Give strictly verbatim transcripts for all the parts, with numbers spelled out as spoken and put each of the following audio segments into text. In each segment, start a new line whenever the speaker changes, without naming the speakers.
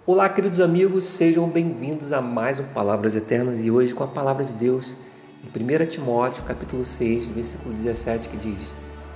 Olá, queridos amigos, sejam bem-vindos a mais um Palavras Eternas e hoje com a Palavra de Deus em primeira Timóteo, capítulo seis, versículo dezessete, que diz: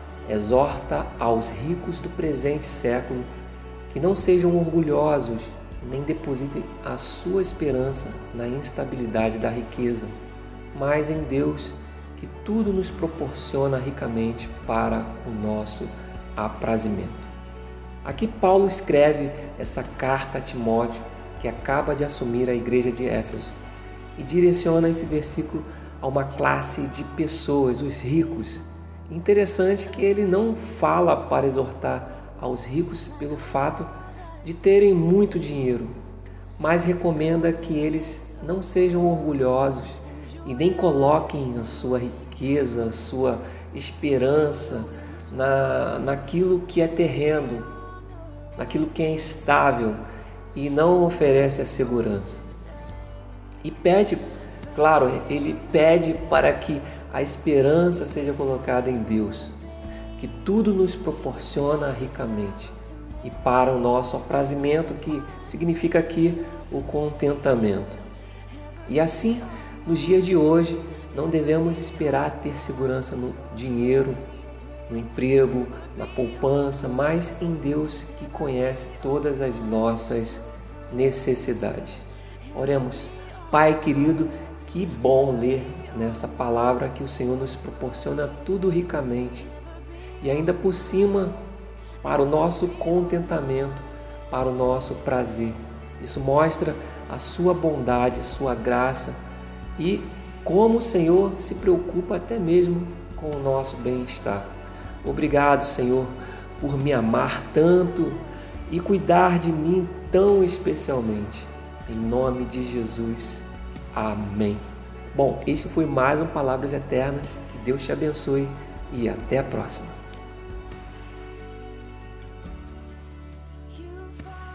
exorta aos ricos do presente século que não sejam orgulhosos, nem depositem a sua esperança na instabilidade da riqueza, mas em Deus, que tudo nos proporciona ricamente para o nosso aprazimento. Aqui Paulo escreve essa carta a Timóteo, que acaba de assumir a igreja de Éfeso, e direciona esse versículo a uma classe de pessoas, os ricos. Interessante que ele não fala para exortar aos ricos pelo fato de terem muito dinheiro, mas recomenda que eles não sejam orgulhosos e nem coloquem a sua riqueza, a sua esperança na, naquilo que é terreno, naquilo que é instável e não oferece a segurança. E pede, claro, ele pede para que a esperança seja colocada em Deus, que tudo nos proporciona ricamente e para o nosso aprazimento, que significa aqui o contentamento. E assim, nos dias de hoje, não devemos esperar ter segurança no dinheiro, no emprego, na poupança, mas em Deus, que conhece todas as nossas necessidades. Oremos. Pai querido, que bom ler nessa palavra que o Senhor nos proporciona tudo ricamente e ainda por cima para o nosso contentamento, para o nosso prazer. Isso mostra a sua bondade, sua graça e como o Senhor se preocupa até mesmo com o nosso bem-estar. Obrigado, Senhor, por me amar tanto e cuidar de mim tão especialmente. Em nome de Jesus. Amém. Bom, esse foi mais um Palavras Eternas. Que Deus te abençoe e até a próxima.